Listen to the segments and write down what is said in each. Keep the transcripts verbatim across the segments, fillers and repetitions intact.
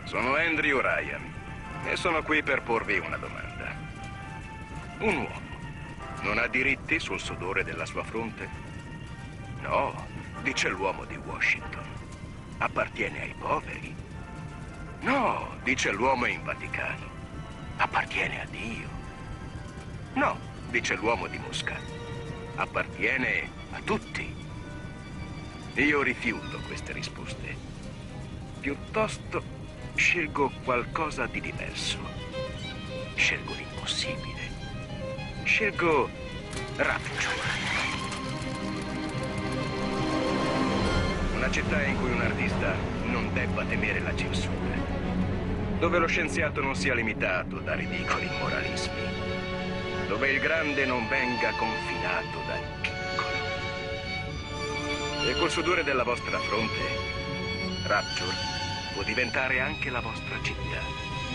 Sono Andrew Ryan e sono qui per porvi una domanda. Un uomo non ha diritti sul sudore della sua fronte? No, dice l'uomo di Washington. Appartiene ai poveri? No, dice l'uomo in Vaticano. Appartiene a Dio? No, dice l'uomo di Mosca. Appartiene a tutti. Io rifiuto queste risposte. Piuttosto scelgo qualcosa di diverso. Scelgo l'impossibile. Scelgo Rapture. Una città in cui un artista non debba temere la censura. Dove lo scienziato non sia limitato da ridicoli moralismi. Dove il grande non venga confinato dal piccolo. E col sudore della vostra fronte, Rapture può diventare anche la vostra città.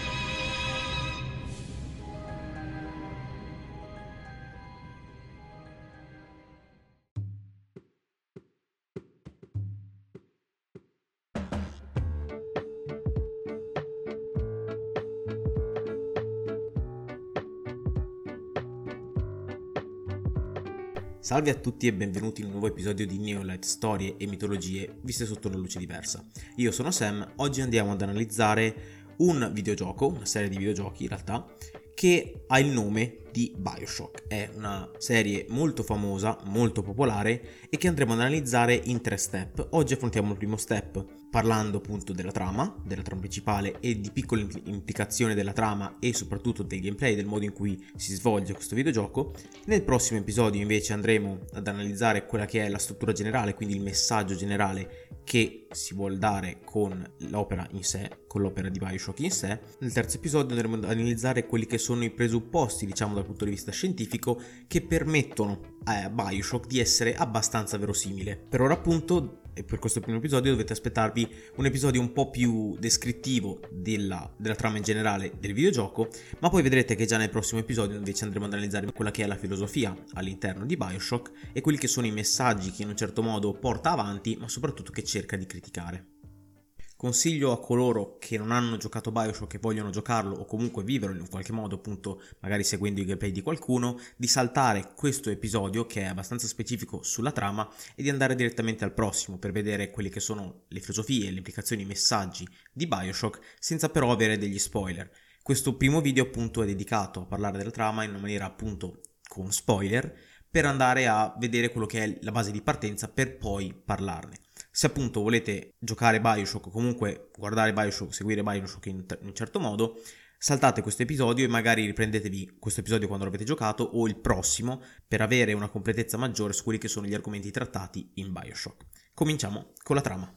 Salve a tutti e benvenuti in un nuovo episodio di Neolight, storie e mitologie viste sotto una luce diversa. Io sono Sam, oggi andiamo ad analizzare un videogioco, una serie di videogiochi in realtà, che ha il nome di BioShock. È una serie molto famosa, molto popolare e che andremo ad analizzare in tre step. Oggi affrontiamo il primo step parlando appunto della trama, della trama principale e di piccole implicazioni della trama e soprattutto del gameplay, del modo in cui si svolge questo videogioco. Nel prossimo episodio invece andremo ad analizzare quella che è la struttura generale, quindi il messaggio generale che si vuol dare con l'opera in sé, con l'opera di BioShock in sé. Nel terzo episodio andremo ad analizzare quelli che sono i presupposti, diciamo dal punto di vista scientifico, che permettono a BioShock di essere abbastanza verosimile. Per ora appunto, e per questo primo episodio dovete aspettarvi un episodio un po' più descrittivo della, della trama in generale del videogioco, ma poi vedrete che già nel prossimo episodio invece andremo ad analizzare quella che è la filosofia all'interno di BioShock e quelli che sono i messaggi che in un certo modo porta avanti, ma soprattutto che cerca di criticare. Consiglio a coloro che non hanno giocato BioShock e vogliono giocarlo o comunque viverlo in qualche modo, appunto magari seguendo i gameplay di qualcuno, di saltare questo episodio che è abbastanza specifico sulla trama e di andare direttamente al prossimo per vedere quelle che sono le filosofie, le implicazioni, i messaggi di BioShock senza però avere degli spoiler. Questo primo video appunto è dedicato a parlare della trama in una maniera appunto con spoiler per andare a vedere quello che è la base di partenza per poi parlarne. Se appunto volete giocare BioShock o comunque guardare BioShock, seguire BioShock in un certo modo, saltate questo episodio e magari riprendetevi questo episodio quando l'avete giocato o il prossimo per avere una completezza maggiore su quelli che sono gli argomenti trattati in BioShock. Cominciamo con la trama.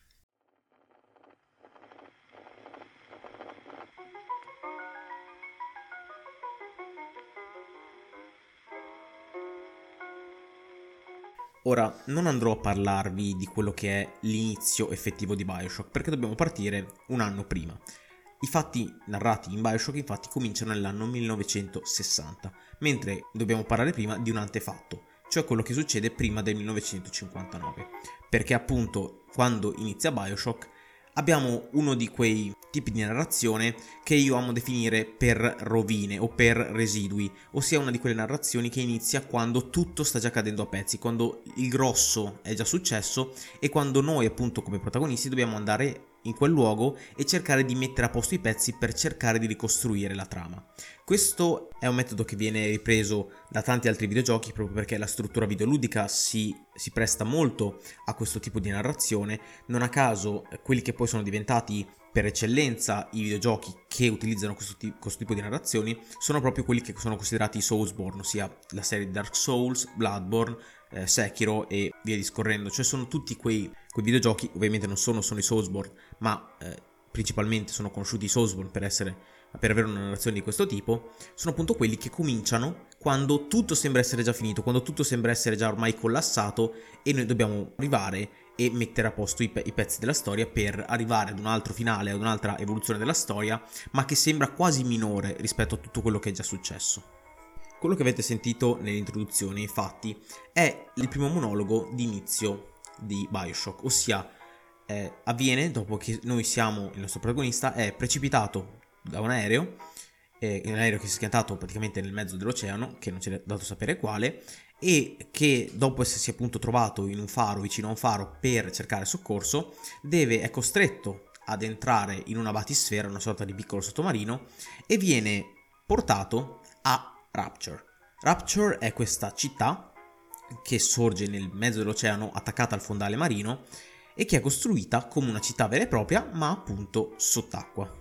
Ora, non andrò a parlarvi di quello che è l'inizio effettivo di BioShock, perché dobbiamo partire un anno prima. I fatti narrati in BioShock infatti cominciano nell'anno millenovecentosessanta, mentre dobbiamo parlare prima di un antefatto, cioè quello che succede prima del millenovecentocinquantanove, perché appunto quando inizia BioShock abbiamo uno di quei tipi di narrazione che io amo definire per rovine o per residui, ossia una di quelle narrazioni che inizia quando tutto sta già cadendo a pezzi, quando il grosso è già successo e quando noi appunto come protagonisti dobbiamo andare in quel luogo e cercare di mettere a posto i pezzi per cercare di ricostruire la trama. Questo è un metodo che viene ripreso da tanti altri videogiochi proprio perché la struttura videoludica si, si presta molto a questo tipo di narrazione. Non a caso quelli che poi sono diventati per eccellenza i videogiochi che utilizzano questo, t- questo tipo di narrazioni sono proprio quelli che sono considerati i Soulsborne, ossia la serie di Dark Souls, Bloodborne, eh, Sekiro e via discorrendo. Cioè sono tutti quei, quei videogiochi, ovviamente non sono solo i Soulsborne, ma eh, principalmente sono conosciuti i Soulsborne per essere per avere una narrazione di questo tipo, sono appunto quelli che cominciano quando tutto sembra essere già finito, quando tutto sembra essere già ormai collassato e noi dobbiamo arrivare e mettere a posto i, pe- i pezzi della storia per arrivare ad un altro finale, ad un'altra evoluzione della storia, ma che sembra quasi minore rispetto a tutto quello che è già successo. Quello che avete sentito nell'introduzione, infatti, è il primo monologo di inizio di BioShock, ossia eh, avviene dopo che noi siamo, il nostro protagonista è precipitato da un aereo, eh, un aereo che si è schiantato praticamente nel mezzo dell'oceano, che non ci è dato sapere quale, e che dopo essersi appunto trovato in un faro, vicino a un faro, per cercare soccorso, deve, è costretto ad entrare in una batisfera, una sorta di piccolo sottomarino, e viene portato a Rapture. Rapture è questa città che sorge nel mezzo dell'oceano, attaccata al fondale marino, e che è costruita come una città vera e propria, ma appunto sott'acqua.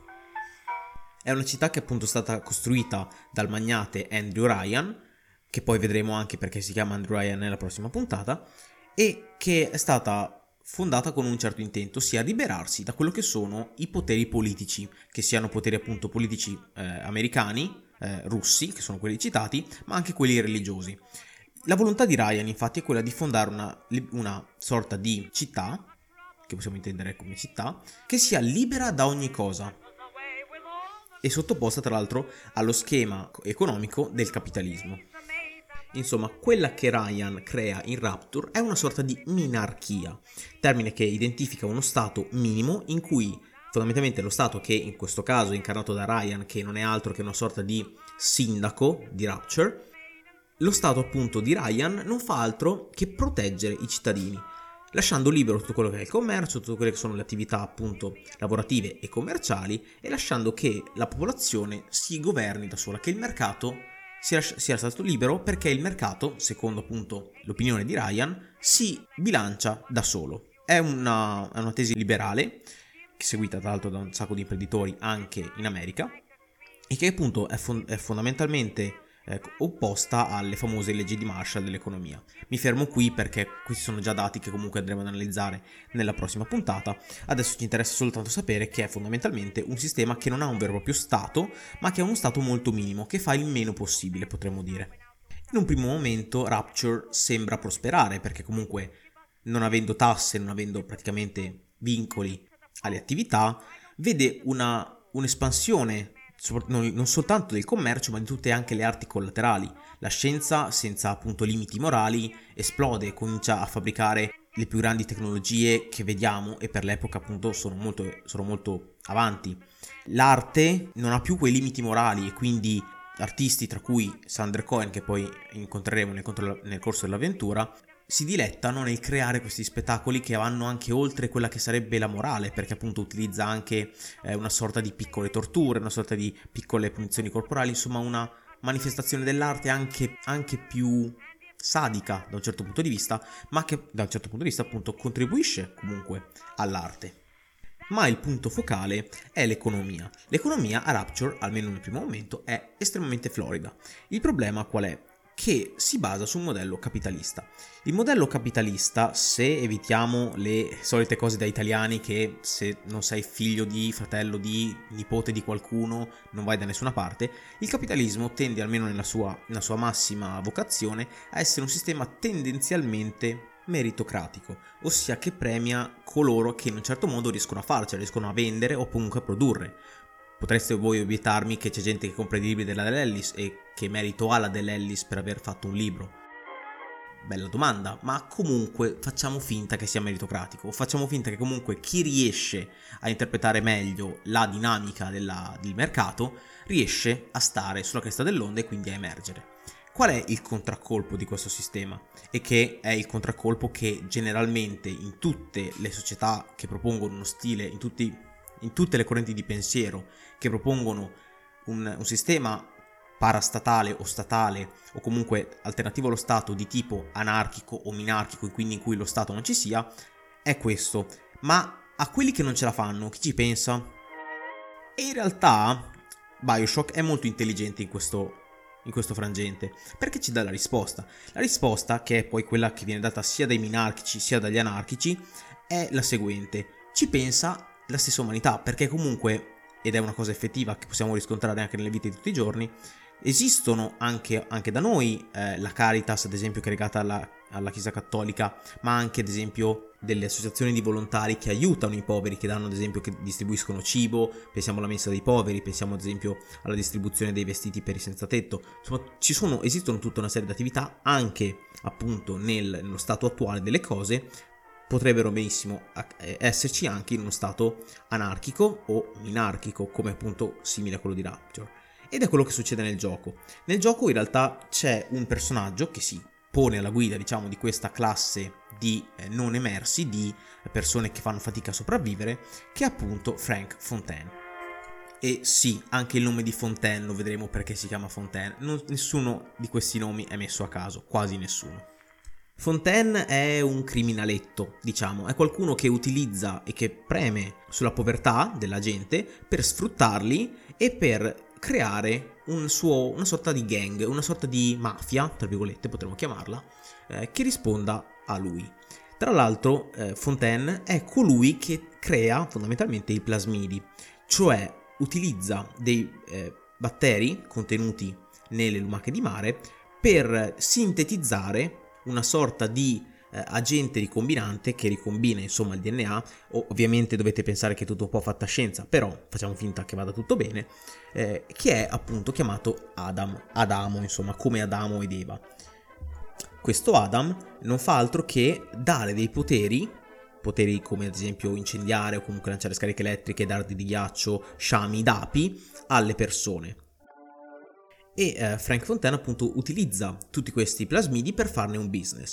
È una città che è appunto stata costruita dal magnate Andrew Ryan, che poi vedremo anche perché si chiama Andrew Ryan nella prossima puntata, e che è stata fondata con un certo intento, ossia liberarsi da quello che sono i poteri politici, che siano poteri appunto politici eh, americani, eh, russi, che sono quelli citati, ma anche quelli religiosi. La volontà di Ryan infatti è quella di fondare una, una sorta di città, che possiamo intendere come città, che sia libera da ogni cosa e sottoposta tra l'altro allo schema economico del capitalismo. Insomma, quella che Ryan crea in Rapture è una sorta di minarchia, termine che identifica uno stato minimo in cui fondamentalmente lo stato, che in questo caso è incarnato da Ryan, che non è altro che una sorta di sindaco di Rapture, lo stato appunto di Ryan non fa altro che proteggere i cittadini, lasciando libero tutto quello che è il commercio, tutte quelle che sono le attività appunto lavorative e commerciali, e lasciando che la popolazione si governi da sola, che il mercato sia, sia stato libero, perché il mercato, secondo appunto l'opinione di Ryan, si bilancia da solo. È una, è una tesi liberale, seguita tra l'altro da un sacco di imprenditori anche in America, e che appunto è, fon- è fondamentalmente eh, opposta alle famose leggi di Marshall dell'economia. Mi fermo qui perché questi sono già dati che comunque andremo ad analizzare nella prossima puntata. Adesso ci interessa soltanto sapere che è fondamentalmente un sistema che non ha un vero e proprio stato, ma che è uno stato molto minimo, che fa il meno possibile, potremmo dire. In un primo momento Rapture sembra prosperare, perché comunque non avendo tasse, non avendo praticamente vincoli alle attività, vede una, un'espansione non soltanto del commercio, ma di tutte anche le arti collaterali. La scienza, senza appunto limiti morali, esplode, comincia a fabbricare le più grandi tecnologie che vediamo, e per l'epoca appunto sono molto, sono molto avanti. L'arte non ha più quei limiti morali, e quindi artisti, tra cui Sander Cohen, che poi incontreremo nel, nel corso dell'avventura, si dilettano nel creare questi spettacoli che vanno anche oltre quella che sarebbe la morale, perché appunto utilizza anche eh, una sorta di piccole torture, una sorta di piccole punizioni corporali, insomma una manifestazione dell'arte anche, anche più sadica da un certo punto di vista, ma che da un certo punto di vista appunto contribuisce comunque all'arte. Ma il punto focale è l'economia. L'economia a Rapture, almeno nel primo momento, è estremamente florida. Il problema qual è? Che si basa su un modello capitalista. Il modello capitalista, se evitiamo le solite cose da italiani, che se non sei figlio di, fratello di, nipote di qualcuno, non vai da nessuna parte, il capitalismo tende, almeno nella sua, nella sua massima vocazione, a essere un sistema tendenzialmente meritocratico, ossia che premia coloro che in un certo modo riescono a farcela, riescono a vendere o comunque a produrre. Potreste voi obiettarmi che c'è gente che compra i libri della Dell'Ellis e che merito ha la Dell'Ellis per aver fatto un libro? Bella domanda, ma comunque facciamo finta che sia meritocratico, o facciamo finta che comunque chi riesce a interpretare meglio la dinamica della, del mercato riesce a stare sulla cresta dell'onda e quindi a emergere. Qual è il contraccolpo di questo sistema? E che è il contraccolpo che generalmente in tutte le società che propongono uno stile, in tutti in tutte le correnti di pensiero che propongono un, un sistema parastatale o statale, o comunque alternativo allo Stato, di tipo anarchico o minarchico, e quindi in cui lo Stato non ci sia, è questo. Ma a quelli che non ce la fanno, chi ci pensa? E in realtà BioShock è molto intelligente in questo, in questo frangente, perché ci dà la risposta. La risposta, che è poi quella che viene data sia dai minarchici sia dagli anarchici, è la seguente: ci pensa la stessa umanità, perché comunque, ed è una cosa effettiva che possiamo riscontrare anche nelle vite di tutti i giorni, esistono anche, anche da noi eh, la Caritas, ad esempio, che è legata alla, alla Chiesa Cattolica, ma anche ad esempio delle associazioni di volontari che aiutano i poveri, che danno ad esempio, che distribuiscono cibo, pensiamo alla mensa dei poveri, pensiamo ad esempio alla distribuzione dei vestiti per i senza tetto. Insomma, ci sono, esistono tutta una serie di attività anche appunto nel, nello stato attuale delle cose, potrebbero benissimo esserci anche in uno stato anarchico o minarchico, come appunto simile a quello di Rapture. Ed è quello che succede nel gioco. Nel gioco in realtà c'è un personaggio che si pone alla guida, diciamo, di questa classe di eh, non emersi, di persone che fanno fatica a sopravvivere, che è appunto Frank Fontaine. E sì, anche il nome di Fontaine lo vedremo perché si chiama Fontaine. Non, nessuno di questi nomi è messo a caso, quasi nessuno. Fontaine è un criminaletto, diciamo, è qualcuno che utilizza e che preme sulla povertà della gente per sfruttarli e per creare un suo, una sorta di gang, una sorta di mafia, tra virgolette potremmo chiamarla, eh, che risponda a lui. Tra l'altro eh, Fontaine è colui che crea fondamentalmente i plasmidi, cioè utilizza dei eh, batteri contenuti nelle lumache di mare per sintetizzare una sorta di eh, agente ricombinante che ricombina insomma il D N A. O, ovviamente dovete pensare che è tutto un po' fantascienza, però facciamo finta che vada tutto bene, eh, che è appunto chiamato Adam, Adamo, insomma, come Adamo ed Eva. Questo Adam non fa altro che dare dei poteri, poteri come ad esempio incendiare o comunque lanciare scariche elettriche, dardi di ghiaccio, sciami, d'api, alle persone. E eh, Frank Fontaine appunto utilizza tutti questi plasmidi per farne un business.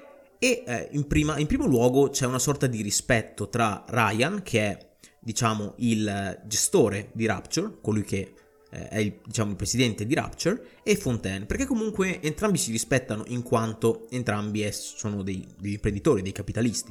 E eh, in, prima, in primo luogo c'è una sorta di rispetto tra Ryan, che è diciamo il gestore di Rapture, colui che eh, è il, diciamo, il presidente di Rapture, e Fontaine, perché comunque entrambi si rispettano in quanto entrambi è, sono dei, degli imprenditori, dei capitalisti.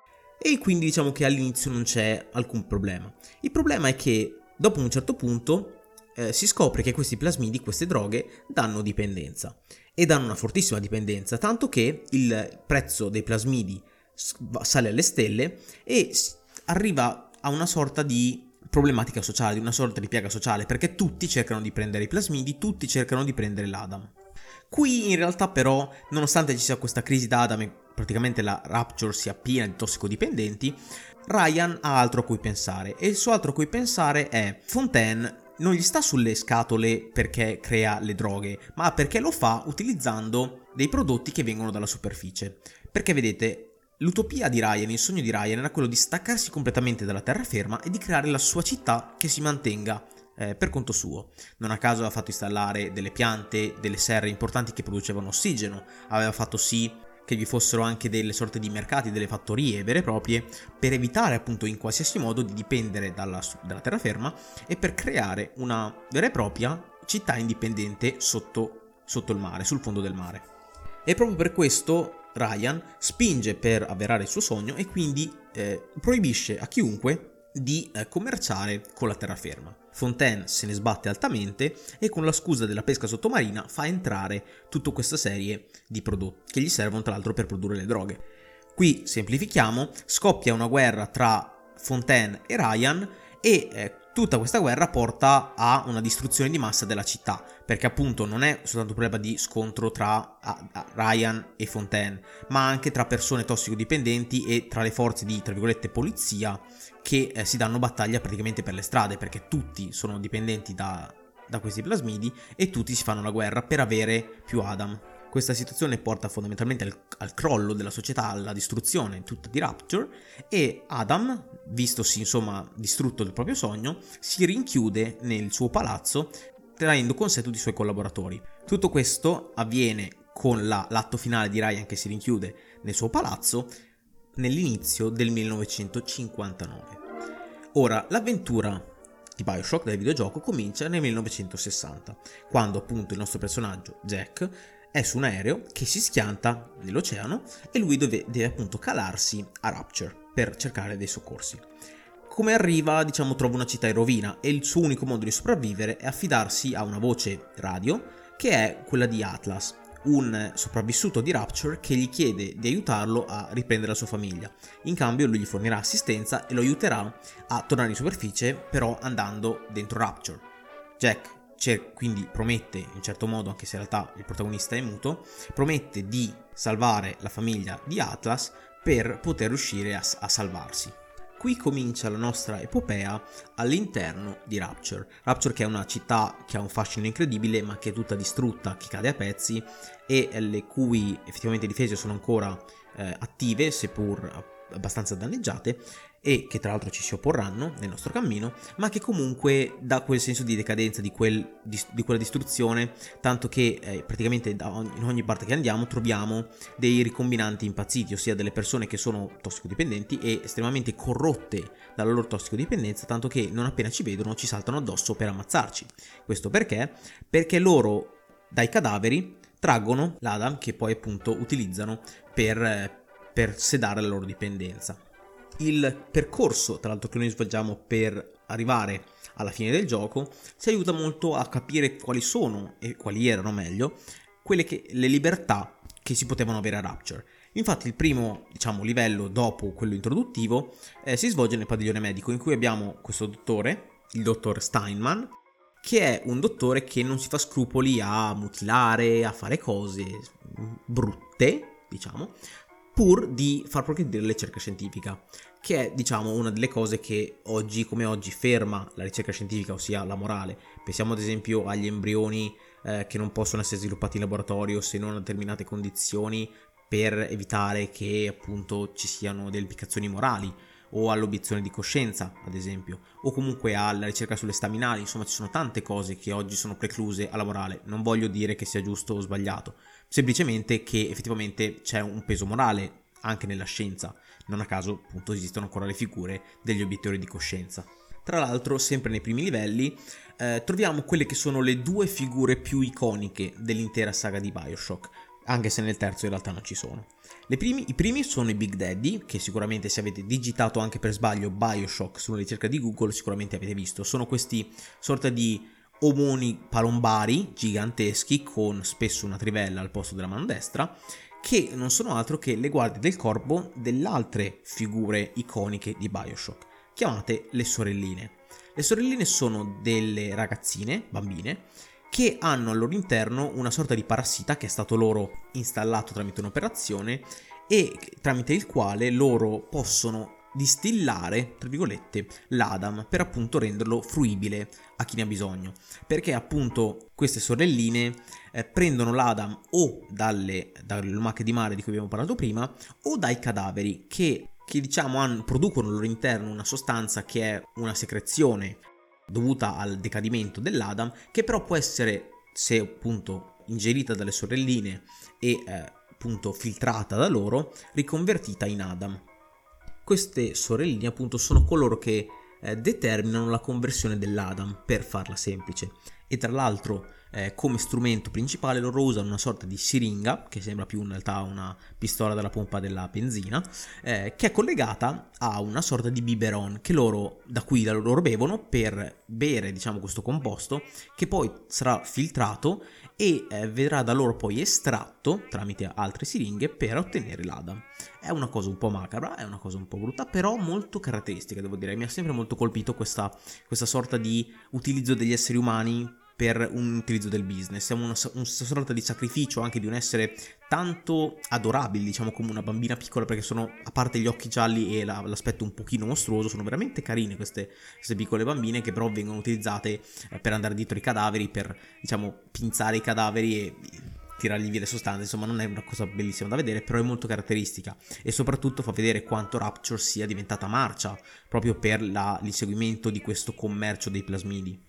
E quindi diciamo che all'inizio non c'è alcun problema. Il problema è che dopo un certo punto Eh, si scopre che questi plasmidi, queste droghe, danno dipendenza e danno una fortissima dipendenza, tanto che il prezzo dei plasmidi sale alle stelle e arriva a una sorta di problematica sociale, di una sorta di piaga sociale, perché tutti cercano di prendere i plasmidi, tutti cercano di prendere l'Adam. Qui in realtà però, nonostante ci sia questa crisi d'Adam e praticamente la Rapture sia piena di tossicodipendenti, Ryan ha altro a cui pensare, e il suo altro a cui pensare è Fontaine non gli sta sulle scatole perché crea le droghe, ma perché lo fa utilizzando dei prodotti che vengono dalla superficie. Perché vedete, l'utopia di Ryan, il sogno di Ryan era quello di staccarsi completamente dalla terraferma e di creare la sua città che si mantenga eh, per conto suo. Non a caso aveva fatto installare delle piante, delle serre importanti che producevano ossigeno, aveva fatto sì che vi fossero anche delle sorte di mercati, delle fattorie vere e proprie, per evitare appunto in qualsiasi modo di dipendere dalla, dalla terraferma e per creare una vera e propria città indipendente sotto, sotto il mare, sul fondo del mare. E proprio per questo Ryan spinge per avverare il suo sogno e quindi eh, proibisce a chiunque di eh, commerciare con la terraferma. Fontaine se ne sbatte altamente e con la scusa della pesca sottomarina fa entrare tutta questa serie di prodotti che gli servono tra l'altro per produrre le droghe. Qui semplifichiamo, scoppia una guerra tra Fontaine e Ryan e eh, tutta questa guerra porta a una distruzione di massa della città, perché appunto non è soltanto un problema di scontro tra a, a Ryan e Fontaine, ma anche tra persone tossicodipendenti e tra le forze di, tra virgolette, polizia che eh, si danno battaglia praticamente per le strade, perché tutti sono dipendenti da, da questi plasmidi e tutti si fanno la guerra per avere più Adam. Questa situazione porta fondamentalmente al, al crollo della società, alla distruzione tutta di Rapture, e Adam, vistosi insomma distrutto del proprio sogno, si rinchiude nel suo palazzo traendo con sé tutti i suoi collaboratori. Tutto questo avviene con la, l'atto finale di Ryan che si rinchiude nel suo palazzo nell'inizio del millenovecentocinquantanove. Ora, l'avventura di BioShock del videogioco comincia nel millenovecentosessanta, quando appunto il nostro personaggio, Jack, è su un aereo che si schianta nell'oceano e lui deve, deve appunto calarsi a Rapture per cercare dei soccorsi. Come arriva, diciamo, trova una città in rovina e il suo unico modo di sopravvivere è affidarsi a una voce radio che è quella di Atlas, un sopravvissuto di Rapture che gli chiede di aiutarlo a riprendere la sua famiglia. In cambio lui gli fornirà assistenza e lo aiuterà a tornare in superficie, però andando dentro Rapture. Jack quindi promette, in certo modo, anche se in realtà il protagonista è muto, promette di salvare la famiglia di Atlas per poter riuscire a, a salvarsi. Qui comincia la nostra epopea all'interno di Rapture. Rapture che è una città che ha un fascino incredibile, ma che è tutta distrutta, che cade a pezzi e le cui effettivamente difese sono ancora eh, attive, seppur abbastanza danneggiate e che tra l'altro ci si opporranno nel nostro cammino, ma che comunque dà quel senso di decadenza, di, quel, di, di quella distruzione, tanto che eh, praticamente da ogni, in ogni parte che andiamo troviamo dei ricombinanti impazziti, ossia delle persone che sono tossicodipendenti e estremamente corrotte dalla loro tossicodipendenza, tanto che non appena ci vedono ci saltano addosso per ammazzarci. Questo perché? Perché loro dai cadaveri traggono l'Adam che poi appunto utilizzano per, per sedare la loro dipendenza. Il percorso, tra l'altro, che noi svolgiamo per arrivare alla fine del gioco ci aiuta molto a capire quali sono e quali erano meglio quelle che le libertà che si potevano avere a Rapture. Infatti il primo, diciamo, livello dopo quello introduttivo eh, si svolge nel padiglione medico, in cui abbiamo questo dottore, il dottor Steinman, che è un dottore che non si fa scrupoli a mutilare, a fare cose brutte, diciamo, pur di far progredire la ricerca scientifica, che è, diciamo, una delle cose che oggi come oggi ferma la ricerca scientifica, ossia la morale. Pensiamo ad esempio agli embrioni eh, che non possono essere sviluppati in laboratorio se non a determinate condizioni, per evitare che appunto ci siano delle implicazioni morali, o all'obiezione di coscienza, ad esempio, o comunque alla ricerca sulle staminali. Insomma, ci sono tante cose che oggi sono precluse alla morale. Non voglio dire che sia giusto o sbagliato, semplicemente che effettivamente c'è un peso morale anche nella scienza. Non a caso, appunto, esistono ancora le figure degli obiettori di coscienza. Tra l'altro, sempre nei primi livelli, eh, troviamo quelle che sono le due figure più iconiche dell'intera saga di BioShock, anche se nel terzo in realtà non ci sono. Le primi, I primi sono i Big Daddy, che sicuramente se avete digitato anche per sbaglio BioShock su una ricerca di Google sicuramente avete visto. Sono questi sorta di omoni palombari giganteschi con spesso una trivella al posto della mano destra, che non sono altro che le guardie del corpo delle altre figure iconiche di BioShock, chiamate le sorelline. Le sorelline sono delle ragazzine, bambine, che hanno al loro interno una sorta di parassita che è stato loro installato tramite un'operazione e tramite il quale loro possono distillare, tra virgolette, l'Adam per appunto renderlo fruibile a chi ne ha bisogno, perché appunto queste sorelline eh, prendono l'Adam o dalle, dalle lumache di mare di cui abbiamo parlato prima, o dai cadaveri che, che diciamo hanno, producono al loro interno una sostanza che è una secrezione dovuta al decadimento dell'Adam, che però può essere, se appunto ingerita dalle sorelline e eh, appunto filtrata da loro, riconvertita in Adam. Queste sorelline appunto sono coloro che eh, determinano la conversione dell'Adam, per farla semplice, e tra l'altro eh, come strumento principale loro usano una sorta di siringa, che sembra più in realtà una pistola dalla pompa della benzina, eh, che è collegata a una sorta di biberon che loro, da cui loro bevono per bere, diciamo, questo composto, che poi sarà filtrato e eh, verrà da loro poi estratto tramite altre siringhe per ottenere l'Adam. È una cosa un po' macabra, è una cosa un po' brutta, però molto caratteristica, devo dire. Mi ha sempre molto colpito questa, questa sorta di utilizzo degli esseri umani per un utilizzo del business. È una, una sorta di sacrificio anche di un essere tanto adorabile, diciamo, come una bambina piccola, perché sono, a parte gli occhi gialli e la, l'aspetto un pochino mostruoso, sono veramente carine queste, queste piccole bambine, che però vengono utilizzate eh, per andare dietro i cadaveri, per, diciamo, pinzare i cadaveri e tirargli via le sostanze. Insomma, non è una cosa bellissima da vedere, però è molto caratteristica e soprattutto fa vedere quanto Rapture sia diventata marcia proprio per la, l'inseguimento di questo commercio dei plasmidi.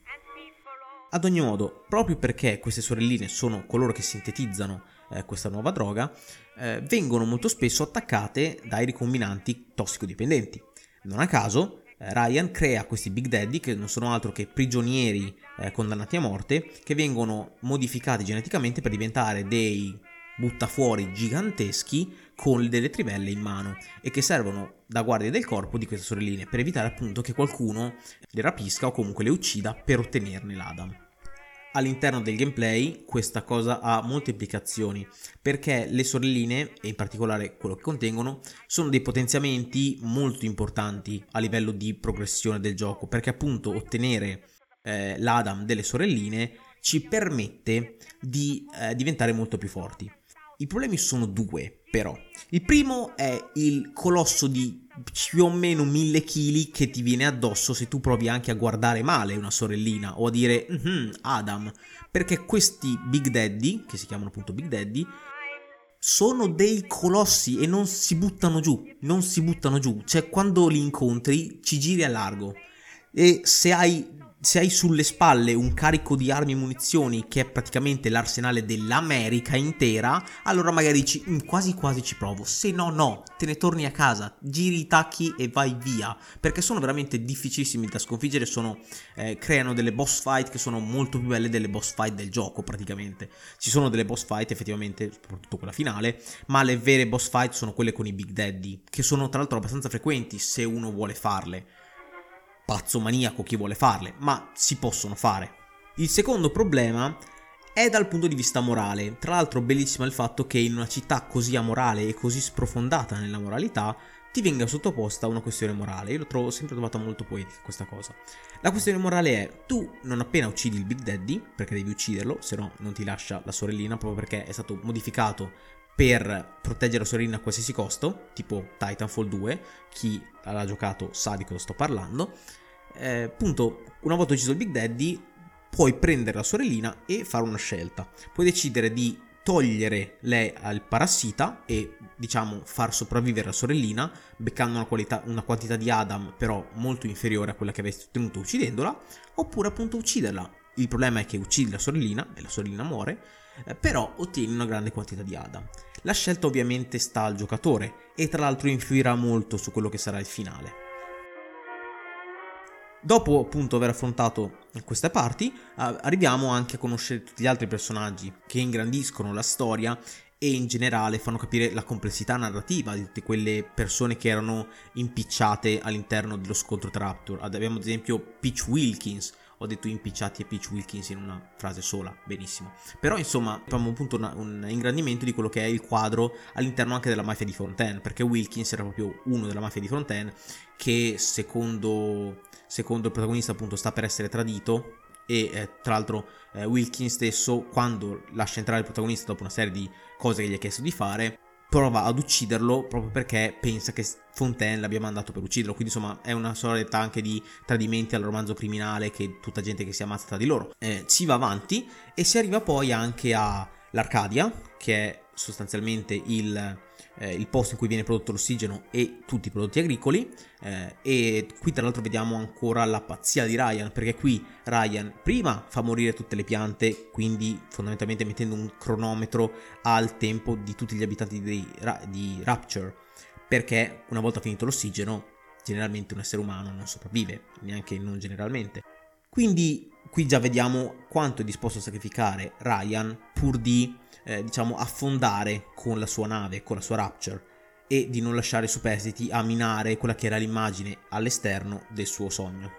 Ad ogni modo, proprio perché queste sorelline sono coloro che sintetizzano eh, questa nuova droga, eh, vengono molto spesso attaccate dai ricombinanti tossicodipendenti. Non a caso, eh, Ryan crea questi Big Daddy, che non sono altro che prigionieri eh, condannati a morte, che vengono modificati geneticamente per diventare dei buttafuori giganteschi con delle trivelle in mano e che servono da guardie del corpo di queste sorelline per evitare appunto che qualcuno le rapisca o comunque le uccida per ottenerne l'Adam. All'interno del gameplay questa cosa ha molte implicazioni, perché le sorelline, e in particolare quello che contengono, sono dei potenziamenti molto importanti a livello di progressione del gioco, perché appunto ottenere eh, l'Adam delle sorelline ci permette di eh, diventare molto più forti. I problemi sono due, però. Il primo è il colosso di più o meno mille chili che ti viene addosso se tu provi anche a guardare male una sorellina o a dire mm-hmm, Adam, perché questi Big Daddy, che si chiamano appunto Big Daddy, sono dei colossi e non si buttano giù, non si buttano giù, cioè quando li incontri ci giri a largo e se hai, se hai sulle spalle un carico di armi e munizioni che è praticamente l'arsenale dell'America intera, allora magari ci, quasi quasi ci provo, se no no, te ne torni a casa, giri i tacchi e vai via, perché sono veramente difficilissimi da sconfiggere, sono, eh, creano delle boss fight che sono molto più belle delle boss fight del gioco praticamente. Ci sono delle boss fight effettivamente, soprattutto quella finale, ma le vere boss fight sono quelle con i Big Daddy, che sono tra l'altro abbastanza frequenti se uno vuole farle. Pazzo maniaco chi vuole farle, ma si possono fare. Il secondo problema è dal punto di vista morale. Tra l'altro bellissimo il fatto che in una città così amorale e così sprofondata nella moralità ti venga sottoposta una questione morale. Io l'ho trovo, sempre trovata molto poetica questa cosa. La questione morale è: tu non appena uccidi il Big Daddy, perché devi ucciderlo, se no non ti lascia la sorellina, proprio perché è stato modificato per proteggere la sorellina a qualsiasi costo, tipo Titanfall due, chi l'ha giocato sa di cosa sto parlando. Eh, appunto, una volta ucciso il Big Daddy puoi prendere la sorellina e fare una scelta. Puoi decidere di togliere lei al parassita e diciamo far sopravvivere la sorellina beccando una, qualità, una quantità di Adam però molto inferiore a quella che avresti ottenuto uccidendola, oppure appunto ucciderla. Il problema è che uccidi la sorellina e la sorellina muore, eh, però ottieni una grande quantità di Adam. La scelta ovviamente sta al giocatore e tra l'altro influirà molto su quello che sarà il finale. Dopo appunto aver affrontato queste parti, arriviamo anche a conoscere tutti gli altri personaggi che ingrandiscono la storia e in generale fanno capire la complessità narrativa di tutte quelle persone che erano impicciate all'interno dello scontro tra Rapture. Abbiamo ad esempio Peach Wilkins. Ho detto impicciati e Peach Wilkins in una frase sola, benissimo. Però insomma abbiamo appunto una, un ingrandimento di quello che è il quadro all'interno anche della mafia di Fontaine, perché Wilkins era proprio uno della mafia di Fontaine che secondo, secondo il protagonista appunto sta per essere tradito e eh, tra l'altro eh, Wilkins stesso, quando lascia entrare il protagonista dopo una serie di cose che gli ha chiesto di fare, prova ad ucciderlo proprio perché pensa che Fontaine l'abbia mandato per ucciderlo. Quindi insomma è una solita anche di tradimenti al romanzo criminale, che tutta gente che si ammazza tra di loro. Eh, si va avanti e si arriva poi anche all'Arcadia, che è sostanzialmente il, eh, il posto in cui viene prodotto l'ossigeno e tutti i prodotti agricoli, eh, e qui tra l'altro vediamo ancora la pazzia di Ryan, perché qui Ryan prima fa morire tutte le piante, quindi fondamentalmente mettendo un cronometro al tempo di tutti gli abitanti di, di Rapture, perché una volta finito l'ossigeno generalmente un essere umano non sopravvive, neanche non generalmente. Quindi qui già vediamo quanto è disposto a sacrificare Ryan pur di eh, diciamo affondare con la sua nave, con la sua Rapture, e di non lasciare i superstiti a minare quella che era l'immagine all'esterno del suo sogno.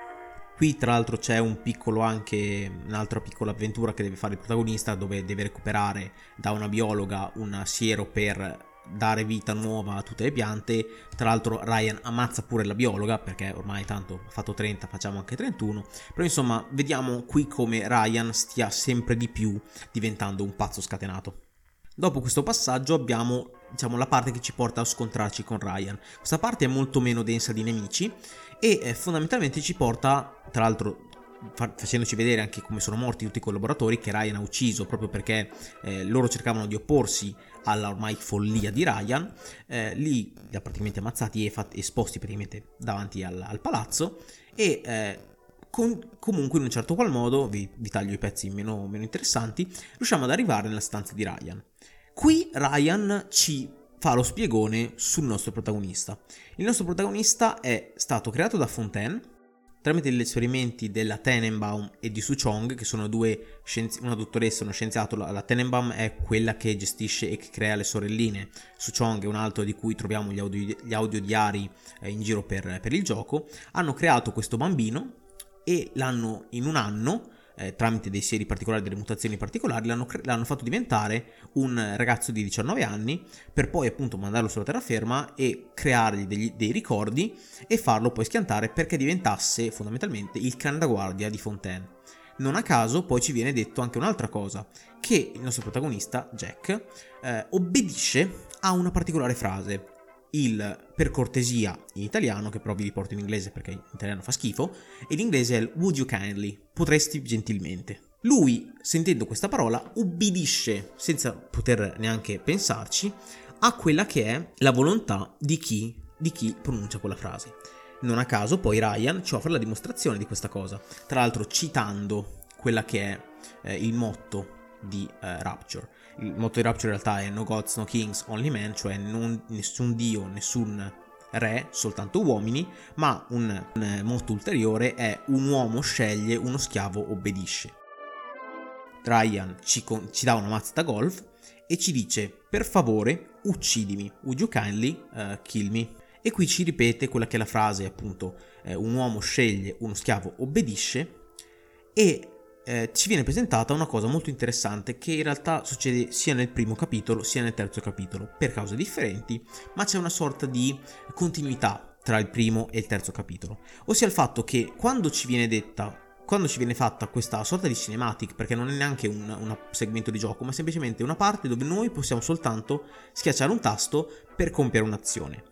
Qui tra l'altro c'è un piccolo anche un'altra piccola avventura che deve fare il protagonista, dove deve recuperare da una biologa un siero per dare vita nuova a tutte le piante. Tra l'altro Ryan ammazza pure la biologa, perché ormai tanto ha fatto trenta, facciamo anche trentuno. Però insomma vediamo qui come Ryan stia sempre di più diventando un pazzo scatenato. Dopo questo passaggio abbiamo diciamo la parte che ci porta a scontrarci con Ryan. Questa parte è molto meno densa di nemici e eh, fondamentalmente ci porta, tra l'altro facendoci vedere anche come sono morti tutti i collaboratori che Ryan ha ucciso proprio perché eh, loro cercavano di opporsi alla ormai follia di Ryan, eh, li li ha praticamente ammazzati e fatti, esposti praticamente davanti al, al palazzo e eh, con, comunque in un certo qual modo, vi, vi taglio i pezzi meno, meno interessanti, riusciamo ad arrivare nella stanza di Ryan. Qui Ryan ci fa lo spiegone sul nostro protagonista. Il nostro protagonista è stato creato da Fontaine tramite gli esperimenti della Tenenbaum e di Su Chong, che sono due scienzi- una dottoressa e uno scienziato. La Tenenbaum è quella che gestisce e che crea le sorelline, Su Chong è un altro di cui troviamo gli, audio, gli audiodiari eh, in giro per, per il gioco. Hanno creato questo bambino e l'hanno in un anno, eh, tramite dei seri particolari, delle mutazioni particolari, l'hanno, cre- l'hanno fatto diventare un ragazzo di diciannove anni, per poi appunto mandarlo sulla terraferma e creargli degli, dei ricordi e farlo poi schiantare perché diventasse fondamentalmente il cane da guardia di Fontaine. Non a caso poi ci viene detto anche un'altra cosa, che il nostro protagonista, Jack, eh, obbedisce a una particolare frase. Il per cortesia in italiano, che però vi riporto in inglese perché in italiano fa schifo, e l'inglese è il would you kindly, potresti gentilmente. Lui, sentendo questa parola, ubbidisce, senza poter neanche pensarci, a quella che è la volontà di chi, di chi pronuncia quella frase. Non a caso poi Ryan ci offre la dimostrazione di questa cosa, tra l'altro citando quella che è eh, il motto di eh, Rapture. Il motto di Rapture in realtà è No Gods, No Kings, Only Men, cioè non, nessun dio, nessun re, soltanto uomini, ma un, un motto ulteriore è un uomo sceglie, uno schiavo obbedisce. Ryan ci, con, ci dà una mazza da golf e ci dice: per favore uccidimi, would you kindly uh, kill me? E qui ci ripete quella che è la frase, appunto, eh, un uomo sceglie, uno schiavo obbedisce, e eh, ci viene presentata una cosa molto interessante che in realtà succede sia nel primo capitolo sia nel terzo capitolo, per cause differenti, ma c'è una sorta di continuità tra il primo e il terzo capitolo, ossia il fatto che quando ci viene detta Quando ci viene fatta questa sorta di cinematic, perché non è neanche un, un segmento di gioco, ma semplicemente una parte dove noi possiamo soltanto schiacciare un tasto per compiere un'azione.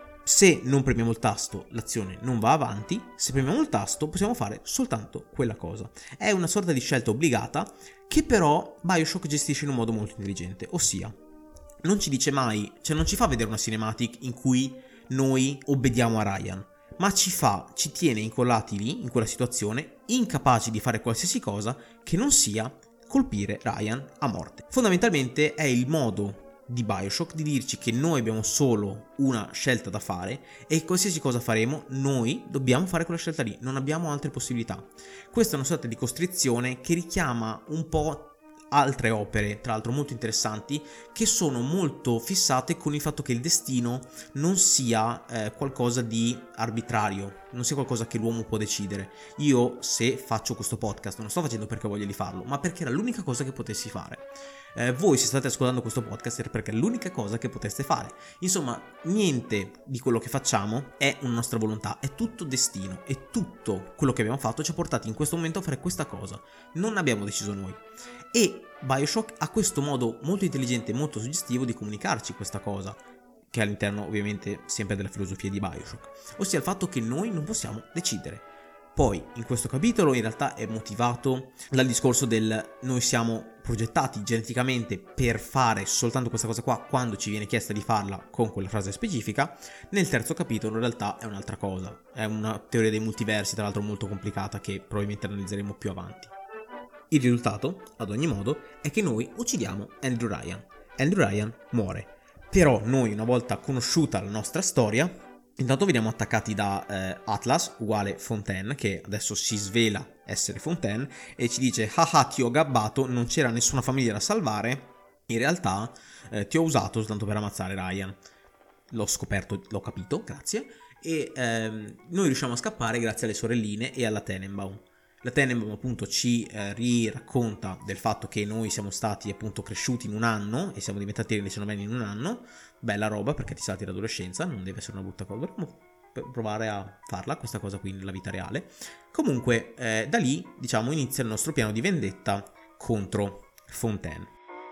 Se non premiamo il tasto, l'azione non va avanti. Se premiamo il tasto, possiamo fare soltanto quella cosa. È una sorta di scelta obbligata che però BioShock gestisce in un modo molto intelligente, ossia non ci dice mai, cioè non ci fa vedere una cinematic in cui noi obbediamo a Ryan, ma ci fa, ci tiene incollati lì, in quella situazione, incapaci di fare qualsiasi cosa che non sia colpire Ryan a morte. Fondamentalmente è il modo di BioShock di dirci che noi abbiamo solo una scelta da fare e qualsiasi cosa faremo, noi dobbiamo fare quella scelta lì, non abbiamo altre possibilità. Questa è una sorta di costrizione che richiama un po' altre opere, tra l'altro molto interessanti, che sono molto fissate con il fatto che il destino non sia eh, qualcosa di arbitrario, non sia qualcosa che l'uomo può decidere. Io, se faccio questo podcast, non lo sto facendo perché voglio di farlo, ma perché era l'unica cosa che potessi fare. Eh, voi, se state ascoltando questo podcast, è perché è l'unica cosa che poteste fare. Insomma, niente di quello che facciamo è una nostra volontà, è tutto destino, e tutto quello che abbiamo fatto ci ha portati in questo momento a fare questa cosa. Non abbiamo deciso noi. E BioShock ha questo modo molto intelligente e molto suggestivo di comunicarci questa cosa, che è all'interno ovviamente sempre della filosofia di BioShock, ossia il fatto che noi non possiamo decidere. Poi in questo capitolo in realtà è motivato dal discorso del noi siamo progettati geneticamente per fare soltanto questa cosa qua quando ci viene chiesta di farla con quella frase specifica. Nel terzo capitolo in realtà è un'altra cosa, è una teoria dei multiversi, tra l'altro molto complicata, che probabilmente analizzeremo più avanti. Il risultato, ad ogni modo, è che noi uccidiamo Andrew Ryan. Andrew Ryan muore. Però noi, una volta conosciuta la nostra storia, intanto veniamo attaccati da eh, Atlas, uguale Fontaine, che adesso si svela essere Fontaine, e ci dice: haha, ti ho gabbato, non c'era nessuna famiglia da salvare, in realtà eh, ti ho usato soltanto per ammazzare Ryan. L'ho scoperto, l'ho capito, grazie. E ehm, noi riusciamo a scappare grazie alle sorelline e alla Tenenbaum. La Tenenbaum appunto ci eh, riracconta del fatto che noi siamo stati appunto cresciuti in un anno e siamo diventati diciannove anni in un anno. Bella roba, perché ti salti l'adolescenza, non deve essere una brutta cosa, dovremmo provare a farla questa cosa qui nella vita reale. Comunque eh, da lì diciamo inizia il nostro piano di vendetta contro Fontaine.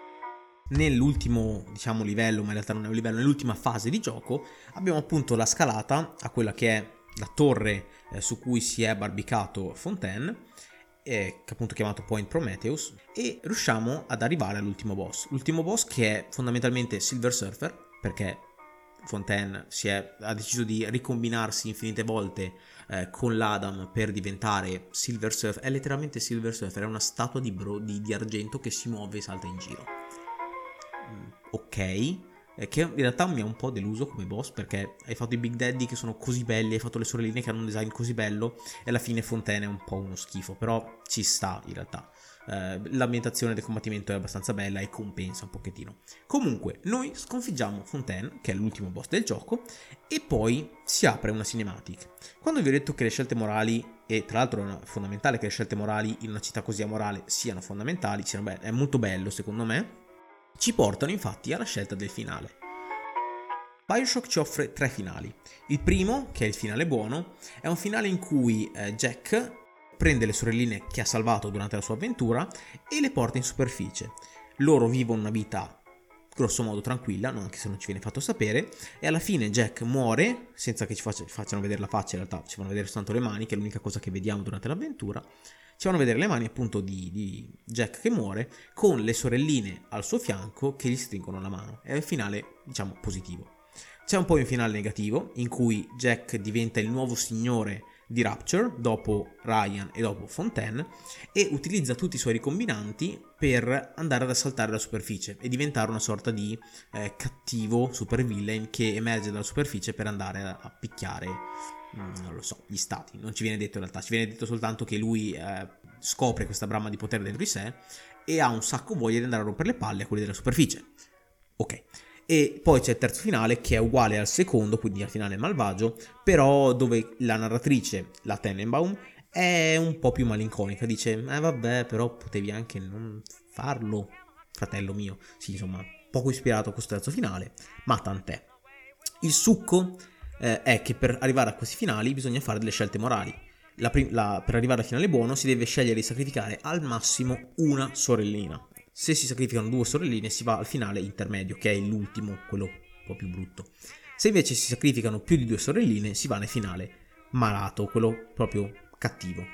Nell'ultimo diciamo livello, ma in realtà non è un livello, nell'ultima fase di gioco abbiamo appunto la scalata a quella che è la torre eh, su cui si è abbarbicato Fontaine, eh, che appunto chiamato Point Prometheus, e riusciamo ad arrivare all'ultimo boss. L'ultimo boss che è fondamentalmente Silver Surfer, perché Fontaine si è, ha deciso di ricombinarsi infinite volte eh, con l'Adam per diventare Silver Surfer. È letteralmente Silver Surfer, è una statua di, bro, di, di argento che si muove e salta in giro. Mm, ok. Che in realtà mi ha un po' deluso come boss, perché hai fatto i Big Daddy che sono così belli, hai fatto le sorelline che hanno un design così bello, e alla fine Fontaine è un po' uno schifo, però ci sta in realtà. Eh, l'ambientazione del combattimento è abbastanza bella e compensa un pochettino. Comunque noi sconfiggiamo Fontaine, che è l'ultimo boss del gioco, e poi si apre una cinematic. Quando vi ho detto che le scelte morali, e tra l'altro è fondamentale che le scelte morali in una città così amorale siano fondamentali, è molto bello secondo me, ci portano infatti alla scelta del finale. BioShock ci offre tre finali. Il primo, che è il finale buono, è un finale in cui eh, Jack prende le sorelline che ha salvato durante la sua avventura e le porta in superficie. Loro vivono una vita grosso modo tranquilla, no? Anche se non ci viene fatto sapere, e alla fine Jack muore senza che ci faccia, facciano vedere la faccia, in realtà ci fanno vedere soltanto le mani, che è l'unica cosa che vediamo durante l'avventura. ci vanno a vedere le mani appunto di, di Jack che muore, con le sorelline al suo fianco che gli stringono la mano. È il finale, diciamo, positivo. C'è un po' un finale negativo in cui Jack diventa il nuovo signore di Rapture dopo Ryan e dopo Fontaine e utilizza tutti i suoi ricombinanti per andare ad assaltare la superficie e diventare una sorta di eh, cattivo supervillain che emerge dalla superficie per andare a, a picchiare, mm, non lo so, gli stati. Non ci viene detto in realtà, ci viene detto soltanto che lui eh, scopre questa brama di potere dentro di sé e ha un sacco voglia di andare a rompere le palle a quelli della superficie. Ok. E poi c'è il terzo finale che è uguale al secondo, quindi al finale malvagio, però dove la narratrice, la Tenenbaum, è un po' più malinconica, dice eh vabbè, però potevi anche non farlo, fratello mio. Sì, insomma, poco ispirato a questo terzo finale, ma tant'è. Il succo eh, è che per arrivare a questi finali bisogna fare delle scelte morali. La prim- la, per arrivare al finale buono si deve scegliere di sacrificare al massimo una sorellina. Se si sacrificano due sorelline si va al finale intermedio, che è l'ultimo, quello un po' più brutto. Se invece si sacrificano più di due sorelline si va nel finale malato, quello proprio cattivo.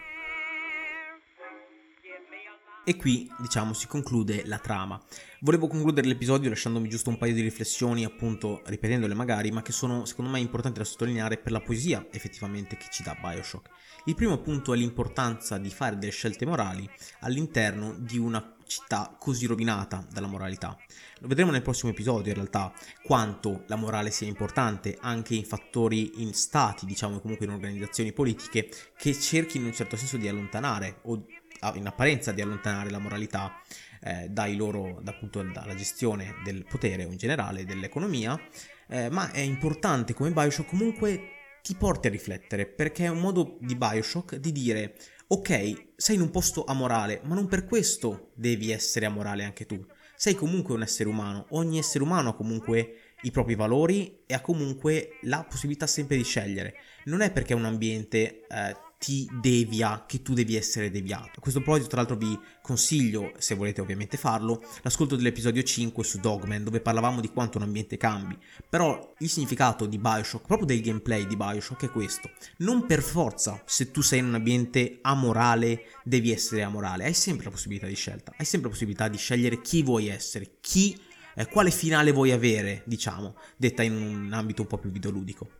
E qui, diciamo, si conclude la trama. Volevo concludere l'episodio lasciandomi giusto un paio di riflessioni, appunto, ripetendole magari, ma che sono secondo me importanti da sottolineare per la poesia effettivamente che ci dà BioShock. Il primo punto è l'importanza di fare delle scelte morali all'interno di una città così rovinata dalla moralità. Lo vedremo nel prossimo episodio in realtà, quanto la morale sia importante anche in fattori, in stati, diciamo, comunque in organizzazioni politiche che cerchino in un certo senso di allontanare o in apparenza di allontanare la moralità eh, dai loro, da, appunto, dalla gestione del potere o in generale dell'economia, eh, ma è importante come BioShock comunque ti porti a riflettere, perché è un modo di BioShock di dire ok, sei in un posto amorale, ma non per questo devi essere amorale anche tu. Sei comunque un essere umano, ogni essere umano ha comunque i propri valori e ha comunque la possibilità sempre di scegliere. Non è perché un ambiente eh, ti devia che tu devi essere deviato. A questo proposito, tra l'altro, vi consiglio, se volete ovviamente farlo, l'ascolto dell'episodio cinque su Dogman, dove parlavamo di quanto un ambiente cambi. Però il significato di BioShock, proprio del gameplay di BioShock, è questo. Non per forza, se tu sei in un ambiente amorale, devi essere amorale. Hai sempre la possibilità di scelta. Hai sempre la possibilità di scegliere chi vuoi essere, chi, eh, quale finale vuoi avere, diciamo, detta in un ambito un po' più videoludico.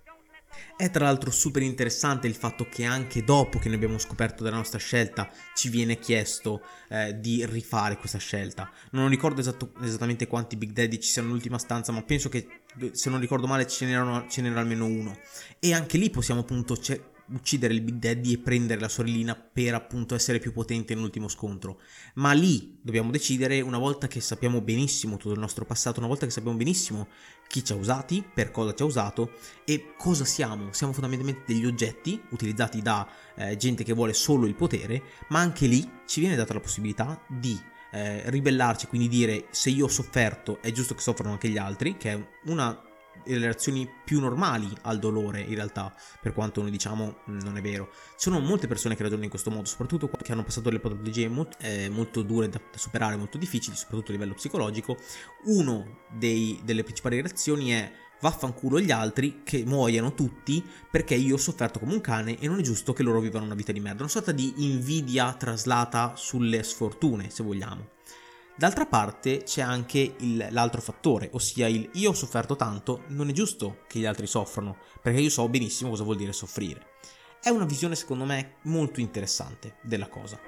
È tra l'altro super interessante il fatto che anche dopo che noi abbiamo scoperto della nostra scelta ci viene chiesto eh, di rifare questa scelta. Non ricordo esatto, esattamente quanti Big Daddy ci siano nell'ultima stanza, ma penso che, se non ricordo male, ce n'erano, ce n'era almeno uno. E anche lì possiamo appunto ce- uccidere il Big Daddy e prendere la sorellina per appunto essere più potenti nell'ultimo scontro. Ma lì dobbiamo decidere, una volta che sappiamo benissimo tutto il nostro passato, una volta che sappiamo benissimo chi ci ha usati, per cosa ci ha usato e cosa siamo. Siamo fondamentalmente degli oggetti utilizzati da eh, gente che vuole solo il potere, ma anche lì ci viene data la possibilità di eh, ribellarci, quindi dire se io ho sofferto è giusto che soffrano anche gli altri, che è una le reazioni più normali al dolore, in realtà, per quanto noi diciamo non è vero. Ci sono molte persone che ragionano in questo modo, soprattutto che hanno passato delle patologie molto, eh, molto dure da, da superare, molto difficili, soprattutto a livello psicologico. Uno dei, delle principali reazioni è vaffanculo gli altri, che muoiano tutti perché io ho sofferto come un cane e non è giusto che loro vivano una vita di merda. Una sorta di invidia traslata sulle sfortune, se vogliamo. D'altra parte c'è anche il, l'altro fattore, ossia il io ho sofferto tanto, non è giusto che gli altri soffrano, perché io so benissimo cosa vuol dire soffrire. È una visione secondo me molto interessante della cosa.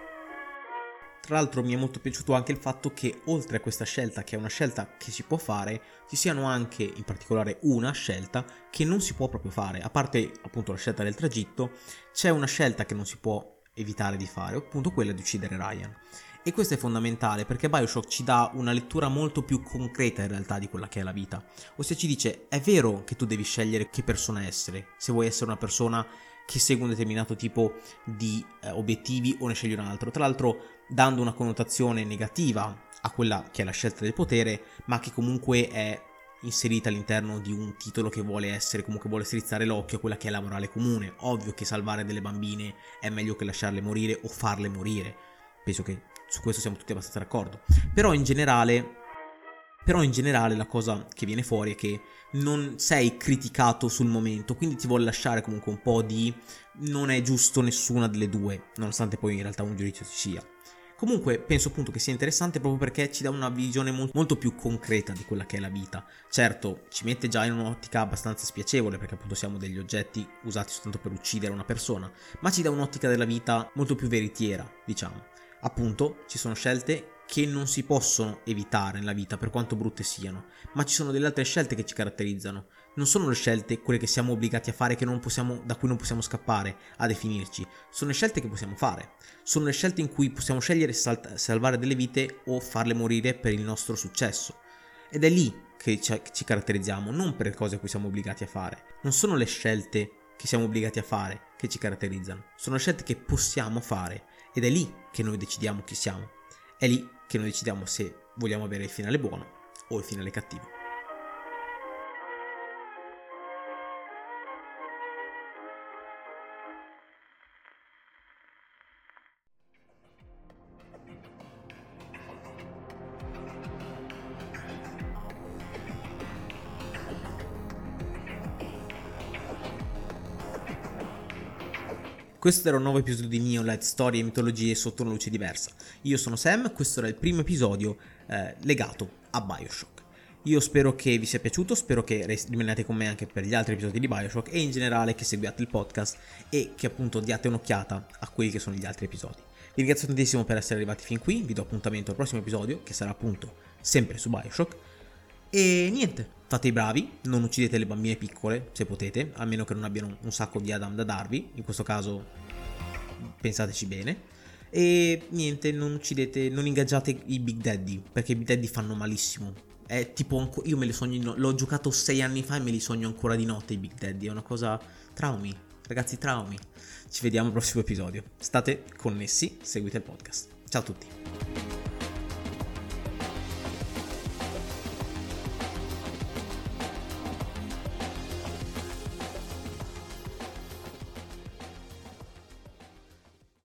Tra l'altro mi è molto piaciuto anche il fatto che oltre a questa scelta, che è una scelta che si può fare, ci siano anche in particolare una scelta che non si può proprio fare. A parte appunto la scelta del tragitto, c'è una scelta che non si può evitare di fare, appunto quella di uccidere Ryan. E questo è fondamentale perché BioShock ci dà una lettura molto più concreta in realtà di quella che è la vita. Ossia ci dice, è vero che tu devi scegliere che persona essere, se vuoi essere una persona che segue un determinato tipo di eh, obiettivi o ne scegli un altro. Tra l'altro dando una connotazione negativa a quella che è la scelta del potere, ma che comunque è inserita all'interno di un titolo che vuole essere, comunque vuole strizzare l'occhio a quella che è la morale comune. Ovvio che salvare delle bambine è meglio che lasciarle morire o farle morire. Penso che su questo siamo tutti abbastanza d'accordo. Però in generale Però in generale la cosa che viene fuori è che non sei criticato sul momento, quindi ti vuole lasciare comunque un po' di non è giusto nessuna delle due, nonostante poi in realtà un giudizio ci sia. Comunque penso appunto che sia interessante proprio perché ci dà una visione mo- molto più concreta di quella che è la vita. Certo, ci mette già in un'ottica abbastanza spiacevole perché appunto siamo degli oggetti usati soltanto per uccidere una persona, ma ci dà un'ottica della vita molto più veritiera, diciamo. Appunto, ci sono scelte che non si possono evitare nella vita per quanto brutte siano, ma ci sono delle altre scelte che ci caratterizzano. Non sono le scelte quelle che siamo obbligati a fare, che non possiamo, da cui non possiamo scappare a definirci, sono le scelte che possiamo fare, sono le scelte in cui possiamo scegliere sal- salvare delle vite o farle morire per il nostro successo. Ed è lì che ci, ci caratterizziamo, non per le cose a cui siamo obbligati a fare. Non sono le scelte che siamo obbligati a fare che ci caratterizzano, sono le scelte che possiamo fare ed è lì che noi decidiamo chi siamo. È lì che noi decidiamo se vogliamo avere il finale buono o il finale cattivo. Questo era un nuovo episodio di Neolight, storie e mitologie sotto una luce diversa. Io sono Sam, questo era il primo episodio eh, legato a Bioshock. Io spero che vi sia piaciuto, spero che rimaniate con me anche per gli altri episodi di Bioshock e in generale che seguiate il podcast e che appunto diate un'occhiata a quelli che sono gli altri episodi. Vi ringrazio tantissimo per essere arrivati fin qui, vi do appuntamento al prossimo episodio che sarà appunto sempre su Bioshock. E niente, fate i bravi, non uccidete le bambine piccole se potete, a meno che non abbiano un sacco di Adam da darvi, in questo caso pensateci bene. E niente, non uccidete, non ingaggiate i Big Daddy, perché i Big Daddy fanno malissimo. È tipo, io me li sogno, l'ho giocato sei anni fa e me li sogno ancora di notte i Big Daddy, è una cosa, traumi, ragazzi, traumi. Ci vediamo al prossimo episodio, state connessi, seguite il podcast. Ciao a tutti.